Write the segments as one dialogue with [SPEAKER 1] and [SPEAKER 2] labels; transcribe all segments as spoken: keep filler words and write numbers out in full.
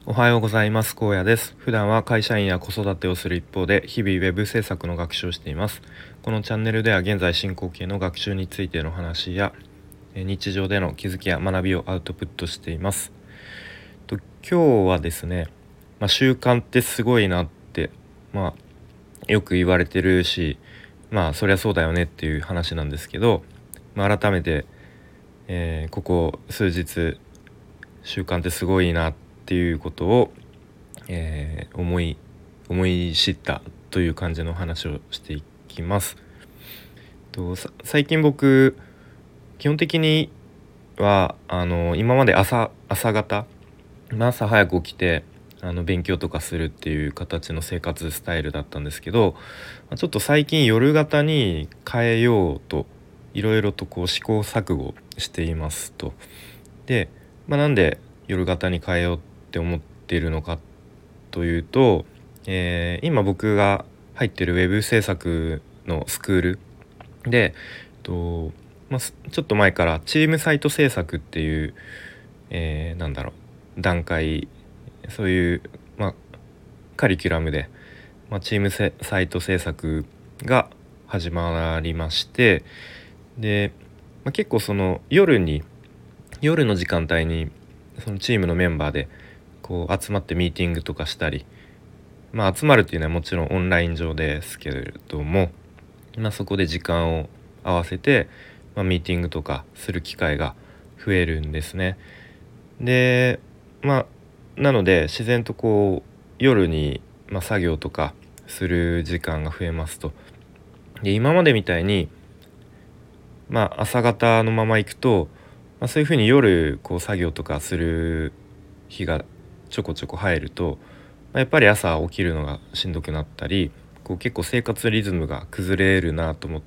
[SPEAKER 1] おはようございます。荒野です。普段は会社員や子育てをする一方で、日々ウェブ制作の学習をしています。このチャンネルでは現在進行形の学習についての話や、日常での気づきや学びをアウトプットしています。と今日はですね、まあ、習慣ってすごいなって、まあ、よく言われてるし、まあそりゃそうだよねっていう話なんですけど、まあ、改めて、えーここ数日習慣ってすごいなっていうことを、えー思い思い知ったという感じの話をしていきます。とさ最近僕基本的にはあの今まで朝朝方、まあ朝早く起きてあの勉強とかするっていう形の生活スタイルだったんですけど、まあちょっと最近夜型に変えようといろいろとこう試行錯誤していますと。で、まあ、なんで夜型に変えようって思っているのかというと、えー今僕が入ってるウェブ制作のスクールで、とまあ、すちょっと前からチームサイト制作っていう、えーなんだろう段階、そういう、まあ、カリキュラムで、まあ、チームせサイト制作が始まりまして、で、まあ、結構その夜に夜の時間帯にそのチームのメンバーでこう集まってミーティングとかしたり、まあ集まるっていうのはもちろんオンライン上ですけれども、まあ、そこで時間を合わせて、まあ、ミーティングとかする機会が増えるんですね。で、まあなので自然とこう夜に、まあ、作業とかする時間が増えますと。で、今までみたいにまあ朝方のまま行くと、まあ、そういうふうに夜こう作業とかする日がちょこちょこ入ると、まあ、やっぱり朝起きるのがしんどくなったり、こう結構生活リズムが崩れるなと思って、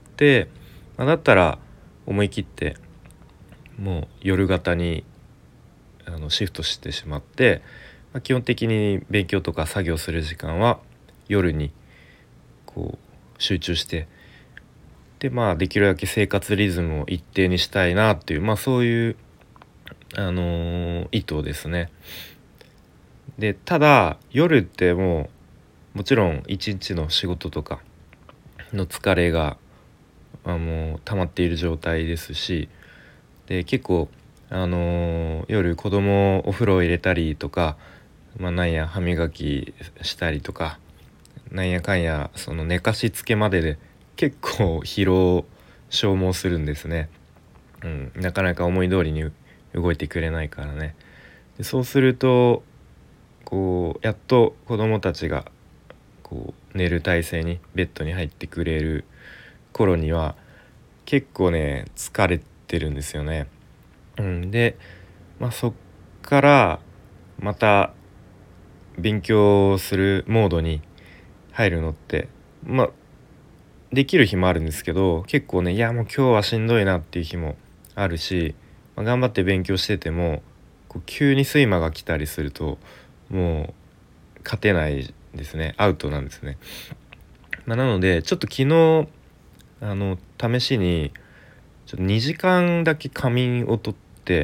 [SPEAKER 1] まあ、だったら思い切ってもう夜型にあのシフトしてしまって、まあ、基本的に勉強とか作業する時間は夜にこう集中して、でまあできるだけ生活リズムを一定にしたいなっていう、まあそういう、あのー意図ですね。でただ夜ってもうもちろん一日の仕事とかの疲れがあもう溜まっている状態ですし、で結構、あのー夜子供お風呂入れたりとか、まあ、なんや歯磨きしたりとか、なんやかんやその寝かしつけまでで結構疲労消耗するんですね。うん、なかなか思い通りに動いてくれないからね。でそうするとこうやっと子供たちがこう寝る体勢にベッドに入ってくれる頃には結構ね疲れてるんですよね。うん、で、まあ、そっからまた勉強するモードに入るのってまあできる日もあるんですけど、結構ねいやもう今日はしんどいなっていう日もあるし、まあ、頑張って勉強しててもこう急に睡魔が来たりするともう勝てないですね。アウトなんですね。まあ、なのでちょっと昨日あの試しにちょっとにじかんだけ仮眠をとって、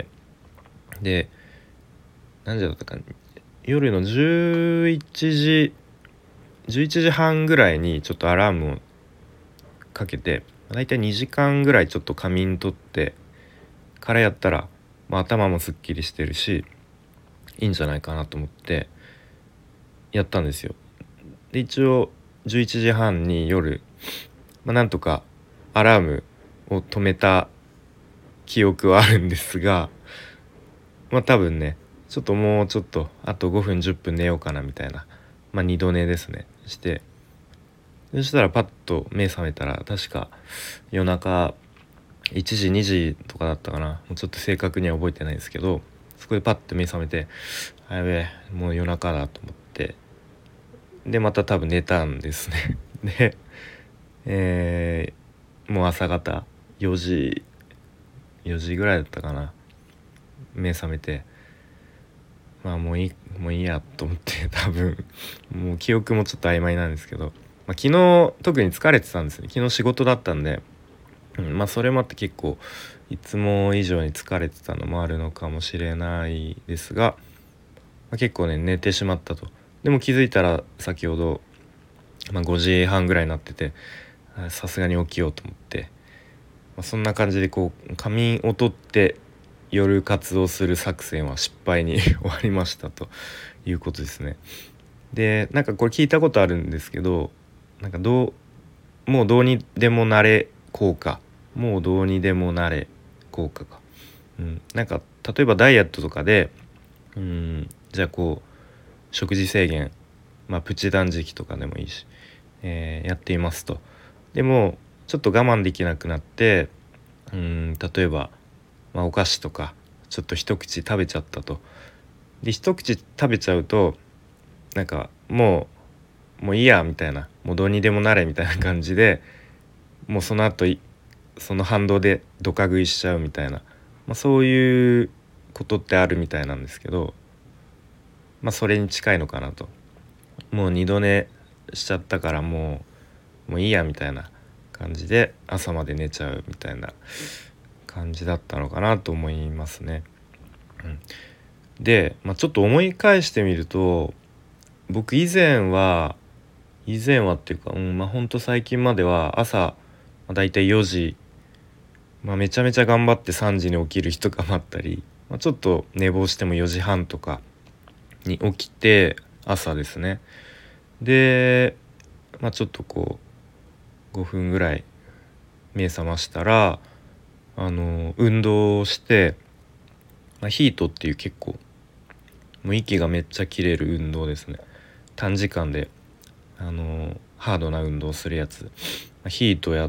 [SPEAKER 1] で何時だったかな、夜のじゅういちじじゅういちじはんぐらいにちょっとアラームをかけて、だいたいにじかんぐらいちょっと仮眠とってからやったら、まあ、頭もすっきりしてるしいいんじゃないかなと思ってやったんですよ。で一応じゅういちじはんに夜、まあ、なんとかアラームを止めた記憶はあるんですが、まあ多分ねちょっともうちょっとあとごふんじゅっぷん寝ようかなみたいな、まあ二度寝ですねして、そしたらパッと目覚めたら確か夜中いちじにじとかだったかな、もうちょっと正確には覚えてないですけど、そこでパッと目覚めて、あやべえもう夜中だと思って、でまた多分寝たんですね。で、えーもう朝方よじよじぐらいだったかな、目覚めて、まあもういいもういいやと思って多分もう記憶もちょっと曖昧なんですけど、まあ、昨日特に疲れてたんですね。昨日仕事だったんで、うん、まあそれもあって結構いつも以上に疲れてたのもあるのかもしれないですが、 あ、結構ね寝てしまったと。でも気づいたら先ほど、まあ、ごじはんぐらいになってて、さすがに起きようと思って、まあ、そんな感じでこう仮眠をとって夜活動する作戦は失敗に終わりましたということですね。でなんかこれ聞いたことあるんですけど、なんかどうもうどうにでもなれ効果もうどうにでもなれ効果か、うん、なんか例えばダイエットとかで、うん、じゃあこう食事制限、まあプチ断食とかでもいいし、えーやっていますと。でもちょっと我慢できなくなって、うん、例えば、まあ、お菓子とかちょっと一口食べちゃったと。で一口食べちゃうとなんかもうもういいやみたいな、もうどうにでもなれみたいな感じで、もうその後いその反動でドカ食いしちゃうみたいな、まあ、そういうことってあるみたいなんですけど、まあそれに近いのかなと。もう二度寝しちゃったからもうもういいやみたいな感じで朝まで寝ちゃうみたいな感じだったのかなと思いますね。うん、で、まあ、ちょっと思い返してみると、僕以前は以前はっていうか、うん、まあほんと最近までは朝、まあ、だいたいよじ、まあ、めちゃめちゃ頑張ってさんじに起きる日とかもあったり、まあ、ちょっと寝坊してもよじはんとかに起きて朝ですね。で、まあ、ちょっとこうごふんぐらい目覚ましたらあの運動をして、まあ、ヒートっていう結構もう息がめっちゃ切れる運動ですね。短時間であのハードな運動するやつ、ヒートやって、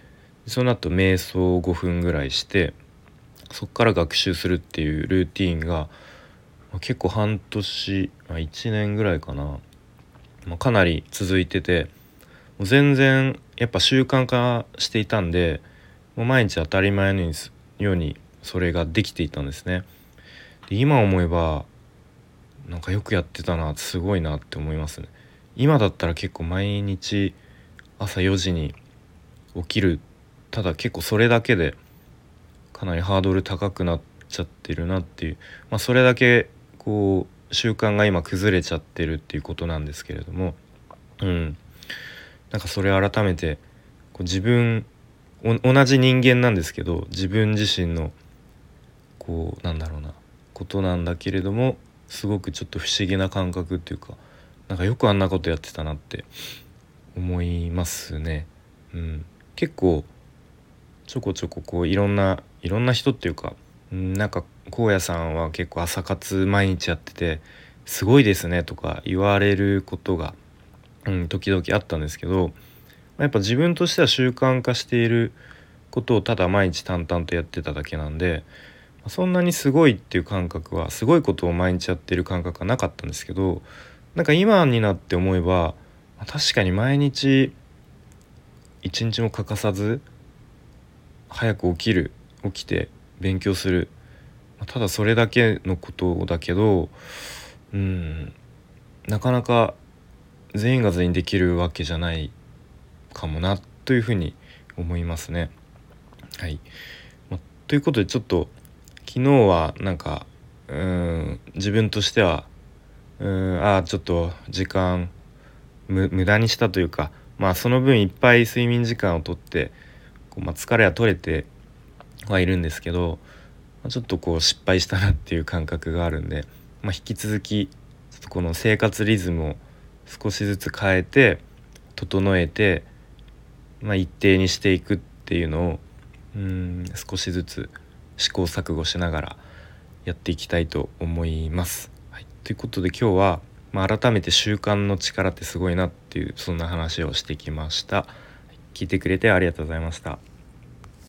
[SPEAKER 1] その後瞑想をごふんぐらいして、そっから学習するっていうルーティーンが結構半年、まあ、いちねんぐらいかな、まあ、かなり続いてて、もう全然やっぱ習慣化していたんで、もう毎日当たり前のようにそれができていたんですね。で今思えばなんかよくやってたな、すごいなって思いますね。今だったら結構毎日朝よじに起きる、ただ結構それだけでかなりハードル高くなっちゃってるなっていう、まあそれだけこう習慣が今崩れちゃってるっていうことなんですけれども、うんなんかそれ改めてこう自分お同じ人間なんですけど、自分自身のこうなんだろうなことなんだけれども、すごくちょっと不思議な感覚っていうか、なんかよくあんなことやってたなって思いますね。うん、結構ちょこちょここういろんないろんな人っていうか、うん、なんか荒野さんは結構朝活毎日やっててすごいですねとか言われることが、うん、時々あったんですけど、やっぱ自分としては習慣化していることをただ毎日淡々とやってただけなんで、そんなにすごいっていう感覚は、すごいことを毎日やってる感覚はなかったんですけど、なんか今になって思えば確かに毎日一日も欠かさず早く起きる、起きて勉強する、ただそれだけのことだけど、うんなかなか全員が全員できるわけじゃないかもなというふうに思いますね。はい、まということでちょっと昨日はなんかうん自分としてはうんあちょっと時間む無駄にしたというか、まあその分いっぱい睡眠時間をとってこう、まあ、疲れは取れてはいるんですけど、まあちょっとこう失敗したなっていう感覚があるんで、まあ、引き続きちょっとこの生活リズムを少しずつ変えて整えて、まあ、一定にしていくっていうのをうん少しずつ試行錯誤しながらやっていきたいと思います。はい、ということで今日は、まあ、改めて習慣の力ってすごいなっていうそんな話をしてきました。聞いてくれてありがとうございました。